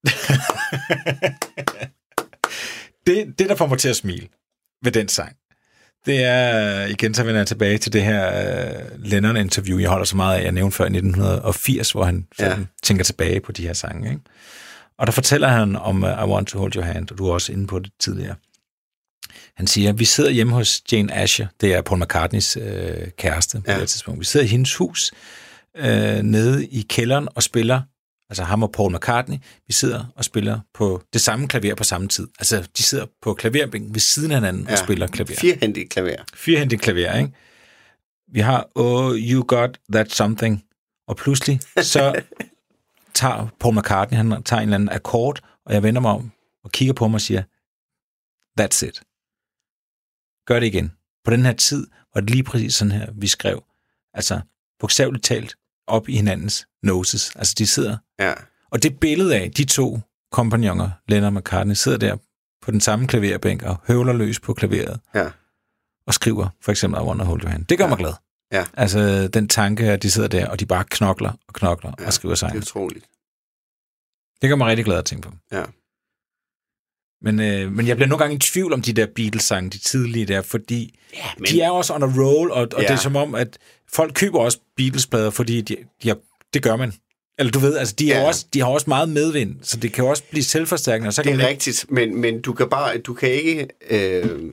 det, det, der får mig til at smile ved den sang, det er, igen så vender jeg tilbage til det her uh, Lennon-interview, jeg holder så meget af, jeg nævnte før i nitten firs, hvor han sådan, ja. tænker tilbage på de her sange. Ikke? Og der fortæller han om uh, I Want to Hold Your Hand, og du er også inde på det tidligere. Han siger, vi sidder hjemme hos Jane Asher, det er Paul McCartneys øh, kæreste på ja. det tidspunkt. Vi sidder i hendes hus øh, nede i kælderen og spiller, altså ham og Paul McCartney, vi sidder og spiller på det samme klaver på samme tid. Altså, de sidder på klaverbænken ved siden af hinanden ja. og spiller klaver. Firhændig klaver. Firhændig klaver, ikke? Vi har Oh, You Got That Something, og pludselig så tager Paul McCartney, han tager en eller anden akkord, og jeg vender mig om og kigger på mig og siger, that's it. Gør det igen. På den her tid var det lige præcis sådan her, vi skrev. Altså, bogstaveligt talt op i hinandens noses. Altså, de sidder. Ja. Og det billede af de to kompagnoner, Lennon og McCartney, sidder der på den samme klaverbænk og høvler løs på klaveret. Ja. Og skriver for eksempel I Want to Hold Your Hand. Det gør ja. mig glad. Ja. Altså, den tanke, at de sidder der, og de bare knokler og knokler ja, og skriver sange. Det er utroligt. Det gør mig rigtig glad at tænke på. Ja. Men, øh, men jeg bliver nogle gange i tvivl om de der Beatles-sange, de tidlige der, fordi ja, men... de er også on a roll, og, og ja. det er som om, at folk køber også Beatles-plader, fordi de, de har, det gør man. Eller du ved, altså de, er ja. også, de har også meget medvind, så det kan jo også blive selvforstærkende. Og så det er kan rigtigt, men, men du kan bare, du kan ikke... Øh,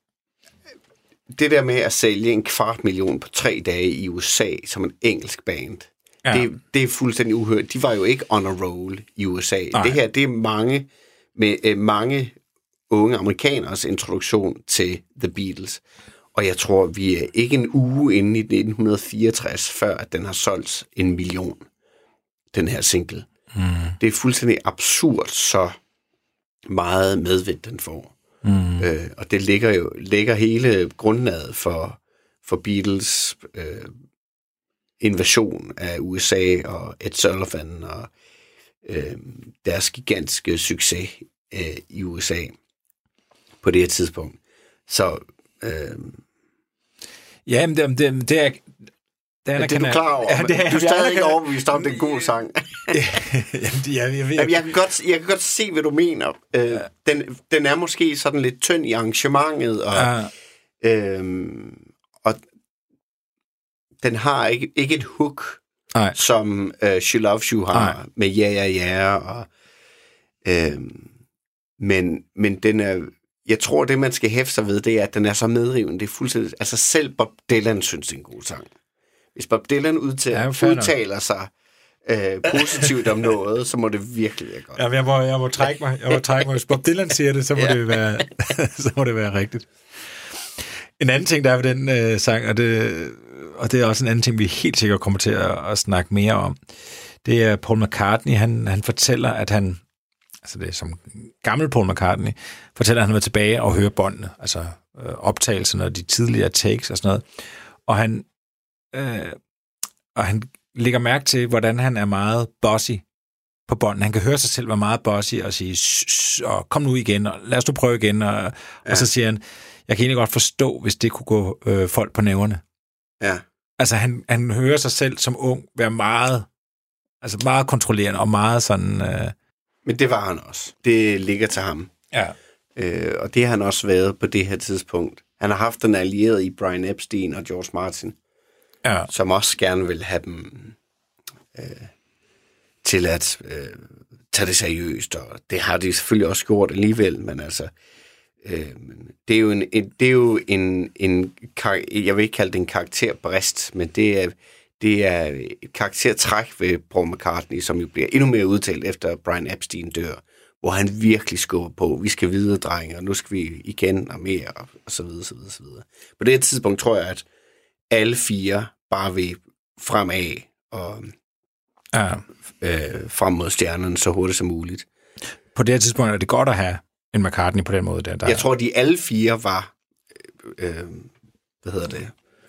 det der med at sælge en kvart million på tre dage i U S A som en engelsk band, ja. det, det er fuldstændig uhørt. De var jo ikke on a roll i U S A. Nej. Det her, det er mange... med øh, mange unge amerikaners introduktion til The Beatles. Og jeg tror, vi er ikke en uge inde i nitten fireogtres, før at den har solgt en million, den her single. Mm. Det er fuldstændig absurd, så meget medvind den får. Mm. Øh, og det ligger jo ligger hele grundlaget for, for Beatles øh, invasion af U S A og Ed Sullivan og Øh, deres gigantiske succes øh, i U S A på det her tidspunkt. Så øh, ja, men det, det, det er det er, det er du klar over. Ja, det er, du er stadig ikke overbevist om, det er en god sang. ja, jeg, jeg, jeg, jeg, kan godt, jeg kan godt se, hvad du mener. Øh, ja. den, den er måske sådan lidt tynd i arrangementet, og, ja. øh, og den har ikke, ikke et hook, nej. som uh, She Loves You har, nej. med ja, ja, ja, og, øh, men, men den er, jeg tror, det man skal hæfte sig ved, det er, at den er så medrivende. Det er fuldstændig, altså selv Bob Dylan synes, det er en god sang. Hvis Bob Dylan udtaler, ja, udtaler sig øh, positivt om noget, så må det virkelig være godt. Ja, jeg må, jeg må trække mig. Jeg må trække mig. Hvis Bob Dylan siger det, så må, ja. det, være, så må det være rigtigt. En anden ting, der er ved den øh, sang, og det, og det er også en anden ting, vi helt sikkert kommer til at, at snakke mere om, det er Paul McCartney. Han, han fortæller, at han, altså det er som gammel Paul McCartney, fortæller, at han var tilbage og hører båndene, altså øh, optagelserne og de tidligere takes og sådan noget. Og han, øh, og han lægger mærke til, hvordan han er meget bossy på bånden. Han kan høre sig selv være meget bossy og sige, og kom nu igen, og lad os nu prøve igen. Og, ja. og så siger han, jeg kan egentlig godt forstå, hvis det kunne gå øh, folk på næverne. Ja. Altså, han, han hører sig selv som ung være meget, altså meget kontrollerende og meget sådan... Øh... Men det var han også. Det ligger til ham. Ja. Øh, og det har han også været på det her tidspunkt. Han har haft en allieret i Brian Epstein og George Martin, ja. som også gerne vil have dem øh, til at øh, tage det seriøst, og det har de selvfølgelig også gjort alligevel, men altså, øh, det er jo en, en, det er jo en, en, jeg vil ikke kalde det en karakterbrist, men det er, det er et karaktertræk ved Paul McCartney, som jo bliver endnu mere udtalt efter Brian Epstein dør, hvor han virkelig skubber på, vi skal videre, drenge, og nu skal vi igen og mere, og så videre, så videre, så videre. På det tidspunkt tror jeg, at alle fire bare vil fremad og ja. øh, frem mod stjernerne så hurtigt som muligt. På det her tidspunkt er det godt at have en McCartney på den måde. Der, der jeg tror, de alle fire var, øh, hvad hedder det,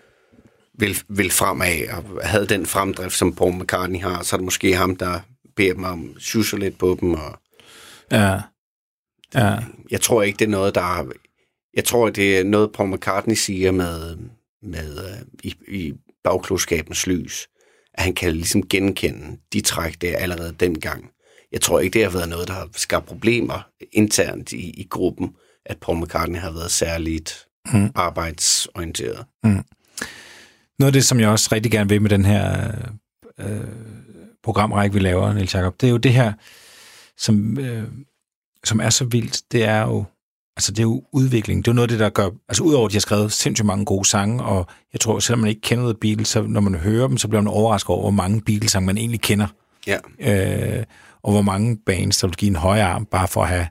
vil, vil fremad og havde den fremdrift, som Paul McCartney har. Så er det måske ham, der beder dem om at sjuse lidt på dem. Og ja. Ja. Jeg tror ikke, det er noget, der... Jeg tror, det er noget, Paul McCartney siger med, med uh, i, i bagklodskabens lys, at han kan ligesom genkende de træk der allerede dengang. Jeg tror ikke, det har været noget, der har skabt problemer internt i, i gruppen, at Paul McCartney har været særligt mm. arbejdsorienteret. Mm. Noget af det, som jeg også rigtig gerne vil med den her øh, programrække, vi laver, Niels Jacob, det er jo det her, som, øh, som er så vildt. Det er jo altså det er jo udvikling. Det er jo noget af det, der gør... Altså udover, at de har skrevet sindssygt mange gode sange, og jeg tror, selvom man ikke kender noget Beatles, så når man hører dem, så bliver man overrasket over, hvor mange Beatles-sange man egentlig kender. Ja. Øh, og hvor mange bands, der vil give en højere arm, bare for at have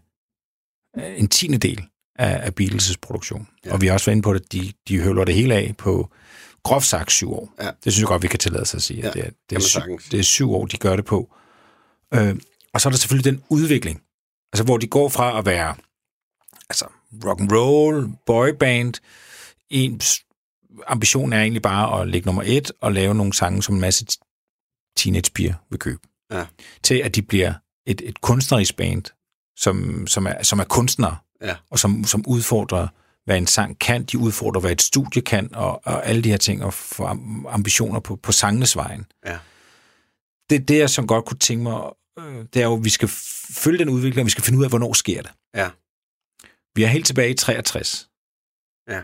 en tiende del af, af Beatles' produktion. Ja. Og vi har også været inde på det, de, de høvler det hele af på groft sagt syv år. Ja. Det synes jeg godt, vi kan tillade sig at sige. Ja. Det, er, det, er syv, det er syv år, de gør det på. Øh, og så er der selvfølgelig den udvikling, altså hvor de går fra at være altså rock and roll, boyband. En ambition er egentlig bare at ligge nummer et og lave nogle sange, som en masse teenagepiger vil købe. Ja. Til at de bliver et, et kunstnerisk band, som, som, er, som er kunstnere, ja. Og som, som udfordrer, hvad en sang kan. De udfordrer, hvad et studie kan, og, og alle de her ting, og få ambitioner på, på sangenes vejen. Ja. Det er det, jeg som godt kunne tænke mig, det er jo, at vi skal følge den udvikling, og vi skal finde ud af, hvornår sker det. Ja. Vi er helt tilbage i treogtres. Ja.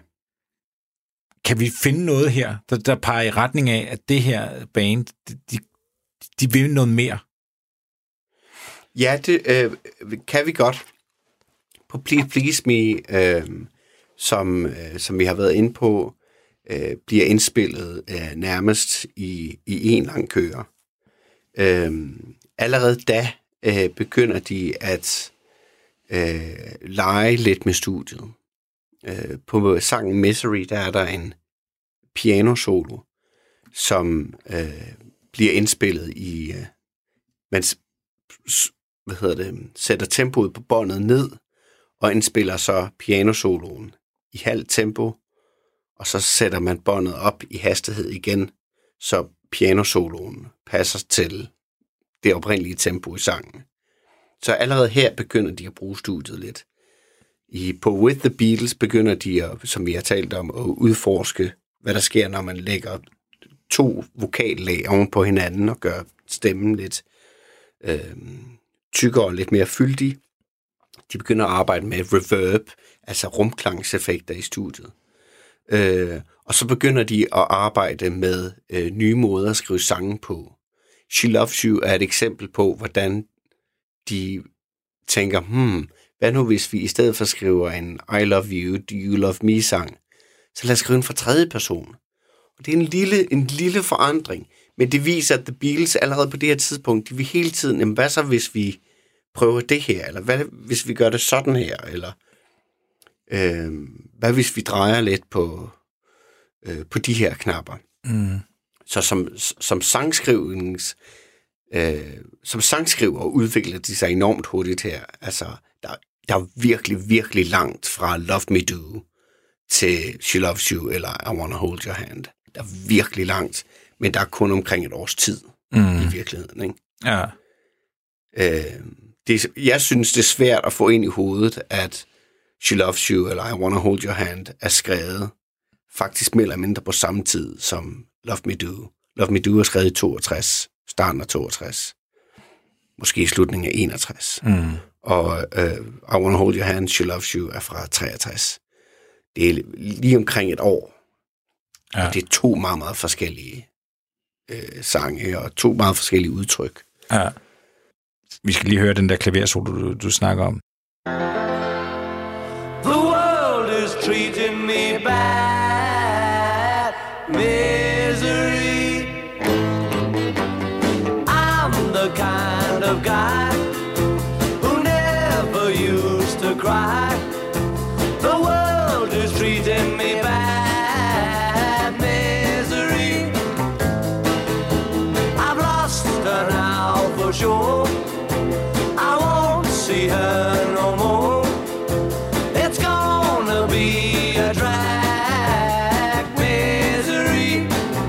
Kan vi finde noget her, der, der peger i retning af, at det her band, de, de vil noget mere? Ja, det øh, kan vi godt. På Please Please Me, øh, som, øh, som vi har været inde på, øh, bliver indspillet øh, nærmest i, i en lang køre. Øh, allerede da øh, begynder de at øh, lege lidt med studiet. Øh, på sangen Misery, der er der en piano-solo, som øh, bliver indspillet i... Øh, man hvad hedder det, sætter tempoet på båndet ned, og indspiller så pianosoloen i halvt tempo, og så sætter man båndet op i hastighed igen, så pianosoloen passer til det oprindelige tempo i sangen. Så allerede her begynder de at bruge studiet lidt. I, på With the Beatles begynder de, at, som vi har talt om, at udforske, hvad der sker, når man lægger to vokallag oven på hinanden og gør stemmen lidt øh, tykkere og lidt mere fyldig. De begynder at arbejde med reverb, altså rumklangseffekter i studiet. Øh, og så begynder de at arbejde med øh, nye måder at skrive sange på. She Loves You er et eksempel på, hvordan de tænker, hmm, hvad nu hvis vi i stedet for skriver en I Love You, Do You Love Me sang, så lad os skrive den fra tredje person. Og det er en lille, en lille forandring, men det viser, at The Beatles allerede på det her tidspunkt, de vil hele tiden, jamen, hvad så hvis vi prøver det her, eller hvad hvis vi gør det sådan her, eller øh, hvad hvis vi drejer lidt på, øh, på de her knapper. Mm. Så som, som sangskrivnings øh, som sangskriver udvikler de sig enormt hurtigt her. Altså, der, der er virkelig, virkelig langt fra Love Me Do til She Loves You eller I Wanna Hold Your Hand. Der er virkelig langt, men der er kun omkring et års tid mm. i virkeligheden, ikke? Ja. Øh, det, jeg synes, det er svært at få ind i hovedet, at She Loves You eller I Wanna Hold Your Hand er skrevet faktisk mere eller mindre på samme tid som Love Me Do. Love Me Do er skrevet i toogtres, starten af toogtres, måske i slutningen af enogtres. Mm. Og uh, I Wanna Hold Your Hand, She Loves You er fra treogtres. Det er lige omkring et år. Ja. Og det er to meget, meget forskellige øh, sange og to meget forskellige udtryk. Ja. Vi skal lige høre den der klaversolo, du, du snakker om. The world is treating me bad, misery. I'm the kind of guy who never used to cry. The world is treating me bad, misery. I've lost her now for sure. I won't see her no more. It's gonna be a drag, misery.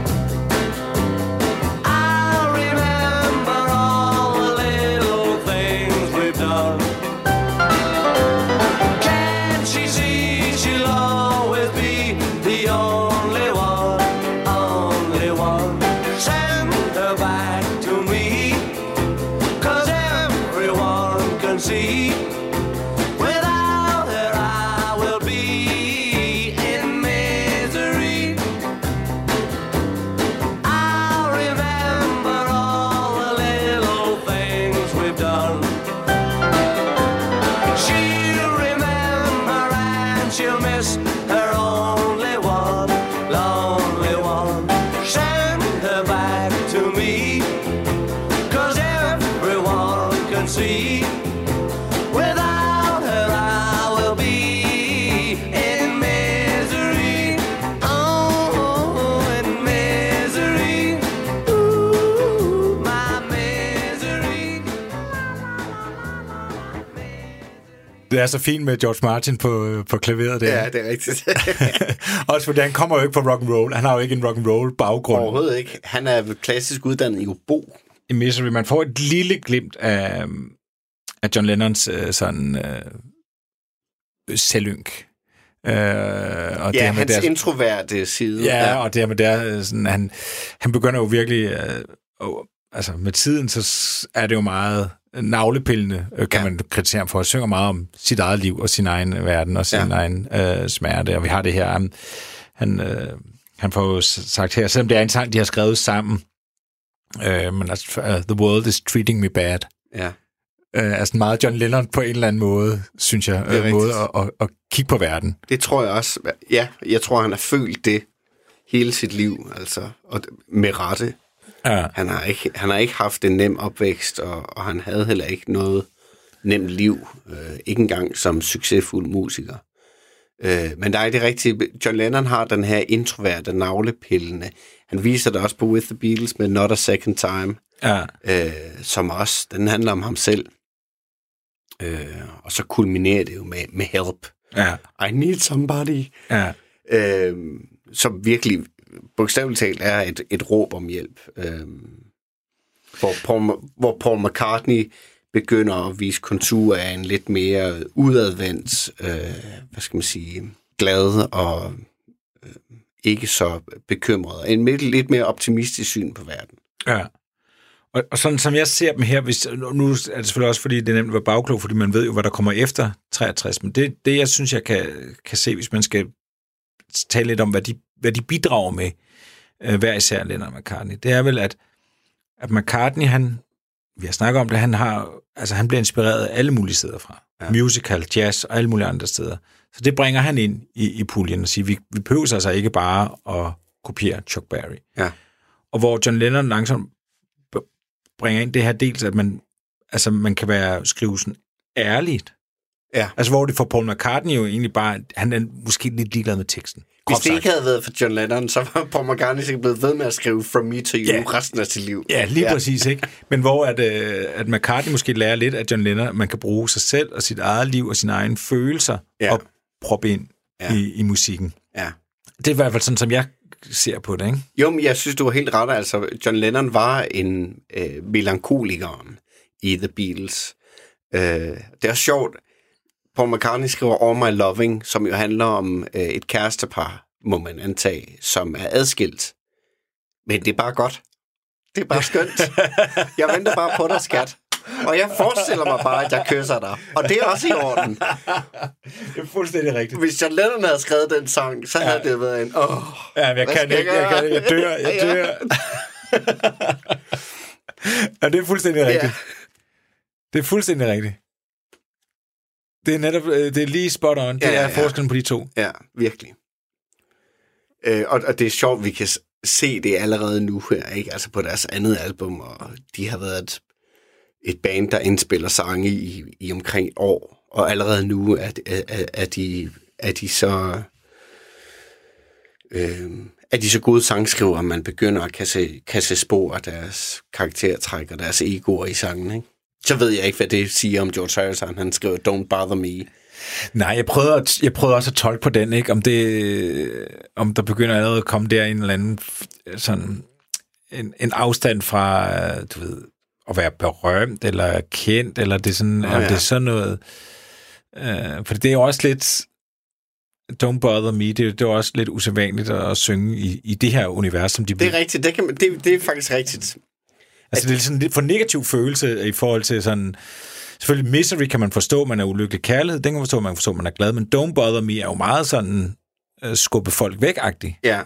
I'll remember all the little things we've done. Can't she see she'll always be the only one, only one? Send her back to me, 'cause everyone can see. Without her I will be in misery. I'll remember all the little things we've done. She'll remember and she'll miss her only one, lonely one. Send her back to me, 'cause everyone can see. Without her I will be in misery. Oh, in misery. Ooh, my misery. Det er så fint med George Martin på, på klaveret der. Ja, det er rigtigt. Også fordi han kommer jo ikke fra rock'n'roll. Han har jo ikke en rock'n'roll baggrund. Overhovedet ikke. Han er klassisk uddannet i obo. I Misery, man får et lille glimt af, af John Lennons øh, sådan øh, selvynk. Øh, og Ja, det med hans deres, introverte side. ja, ja, og det med der, sådan, han, han begynder jo virkelig, øh, og, altså med tiden, så s- er det jo meget navlepillende, øh, kan Ja. man kritisere ham for. Han synger meget om sit eget liv og sin egen verden og sin Ja. egen øh, smerte. Og vi har det her, han, han, øh, han får jo s- sagt her, selvom det er en sang, de har skrevet sammen, øh, men altså, uh, The World is Treating Me Bad. Ja. Øh, altså meget John Lennon på en eller anden måde, synes jeg, Det er øh, måde rigtigt. at, at, at kigge på verden. Det tror jeg også. Ja, jeg tror, han har følt det hele sit liv, altså, og med rette. Ja. Han har ikke, han har ikke haft en nem opvækst, og, og han havde heller ikke noget nemt liv. Øh, ikke engang som succesfuld musiker. Øh, men der er det rigtige. John Lennon har den her introverte navlepillende. Han viser det også på With the Beatles med Not a Second Time, Ja. øh, som også, den handler om ham selv. Øh, og så kulminerer det jo med, med Help. Ja. I need somebody. Ja. Øh, som virkelig bogstaveligt talt er et, et råb om hjælp. Øh, hvor, Paul, hvor Paul McCartney begynder at vise konturer af en lidt mere udadvendt, øh, hvad skal man sige, glad og øh, ikke så bekymret. En lidt, lidt mere optimistisk syn på verden. Ja. Og, og sådan som jeg ser dem her, hvis, nu er det selvfølgelig også, fordi det er nemt at være bagklog, fordi man ved jo, hvad der kommer efter treogtres, men det, det jeg synes, jeg kan, kan se, hvis man skal tale lidt om, hvad de, hvad de bidrager med, øh, hver især Lennon og McCartney, det er vel, at, at McCartney, han, vi har snakket om det, han har, altså han bliver inspireret af alle mulige steder fra. Ja. Musical, jazz og alle mulige andre steder. Så det bringer han ind i, i puljen og siger, vi, vi behøver altså ikke bare at kopiere Chuck Berry. Ja. Og hvor John Lennon langsomt bringer ind det her dels, at man, altså, man kan være skrive sådan ærligt. Ja. Altså, hvor det for Paul McCartney jo egentlig bare, han er måske lidt ligeglad med teksten. Hvis det ikke havde været for John Lennon, så var Paul McCartney sikkert blevet ved med at skrive From Me To You Ja. resten af sit liv. Ja, lige ja. præcis, ikke? Men hvor at, øh, at McCartney måske lærer lidt af John Lennon, at man kan bruge sig selv og sit eget liv og sine egne følelser Ja. og proppe ind Ja. i, i musikken. Ja. Det er i hvert fald sådan, som jeg ser på det, ikke? Jo, men jeg synes, du var helt ret. Altså, John Lennon var en øh, melankoliker i The Beatles. Øh, det er også sjovt. Paul McCartney skriver All My Loving, som jo handler om øh, et kærestepar, må man antage, som er adskilt. Men det er bare godt. Det er bare skønt. Jeg venter bare på dig, skat. Og jeg forestiller mig bare, at jeg kysser dig. Og det er også i orden. Det er fuldstændig rigtigt. Hvis John Lennon havde skrevet den sang, så havde ja. det været en... Åh, ja, men jeg kan skal ikke. jeg Jeg, kan, ikke. Jeg dør. Jeg Ja. dør. Ja, det er fuldstændig rigtigt. Ja. Det er fuldstændig rigtigt. Det er netop, øh, det er lige spot on. Det Ja, ja, er ja. forskellen på de to. Ja, virkelig. Øh, og, og det er sjovt, vi kan s- se det allerede nu her, ikke? Altså på deres andet album, og de har været et, et band, der indspiller sange i, i omkring et år, og allerede nu er, er, er, de, er de så... Øh, er de så gode sangskrivere, at man begynder at kan se, kan se spor af deres karaktertræk og deres egoer i sangen, ikke? Så ved jeg ikke, hvad det siger om George Harrison. Han skriver Don't Bother Me. Nej, jeg prøvede, at, jeg prøvede også at tolke på den, ikke? Om det, om der begynder allerede at komme der en eller anden sådan en, en afstand fra, du ved, at være berømt eller kendt, eller det er sådan, oh, ja. ja. det er sådan noget. Øh, for det er jo også lidt Don't Bother Me, det, det er jo også lidt usædvanligt at, at synge i, i det her univers, som de Det er rigtigt. Det, kan man, det, det er faktisk rigtigt. Altså, det er sådan lidt for negativ følelse i forhold til sådan... Selvfølgelig, Misery kan man forstå, man er ulykkelig. Kærlighed, den kan man forstå, man kan forstå, man er glad. Men Don't Bother Me er jo meget sådan uh, skubbe folk væk-agtig. Ja.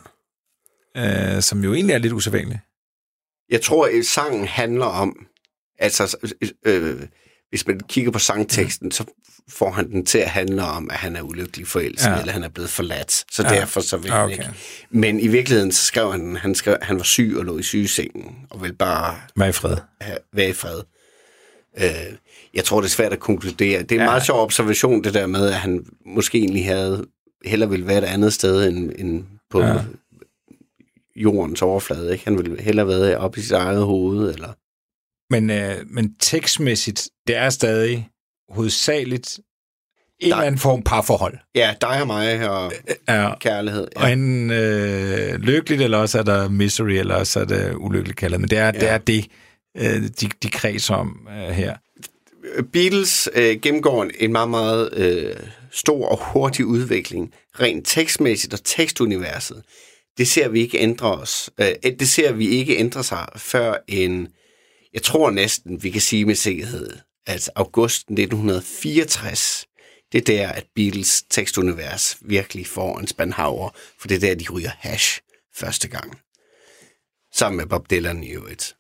Uh, som jo egentlig er lidt usædvanligt. Jeg tror, at sangen handler om... Altså, øh, hvis man kigger på sangteksten, så får han den til at handle om, at han er ulykkelig forelsket, ja. eller han er blevet forladt. Så ja. derfor så vil han Okay. ikke. Men i virkeligheden, så skrev han, han, skrev, han var syg og lå i sygesengen, og ville bare Vær i fred. have, være i fred. Øh, jeg tror, det er svært at konkludere. Det er en Ja. meget sjov observation, det der med, at han måske egentlig havde hellere ville være et andet sted, end, end på ja. jordens overflade. Ikke? Han ville hellere være oppe i sit eget hoved, eller... Men, øh, men tekstmæssigt, det er stadig hovedsageligt en eller anden form parforhold. Ja, dig og mig og Ja. kærlighed. Ja. Og enten øh, lykkeligt, eller også er der misery, eller også er det ulykkeligt kaldet. Men det er ja. det, er det øh, de, de kredser om øh, her. Beatles øh, gennemgår en, en meget, meget øh, stor og hurtig udvikling, rent tekstmæssigt og tekstuniverset. Det ser vi ikke ændre os. Øh, det ser vi ikke ændre sig før en, jeg tror næsten, vi kan sige med sikkerhed, at august nitten fireogtres, det er der, at Beatles tekstunivers virkelig får en spandhavre, for det er der, de ryger hash første gang. Sammen med Bob Dylan i øvrigt.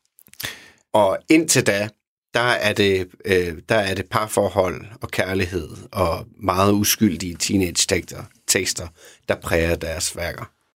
Og indtil da, der er det, øh, der er det parforhold og kærlighed og meget uskyldige teenage-tekster, tekster, der præger deres værker.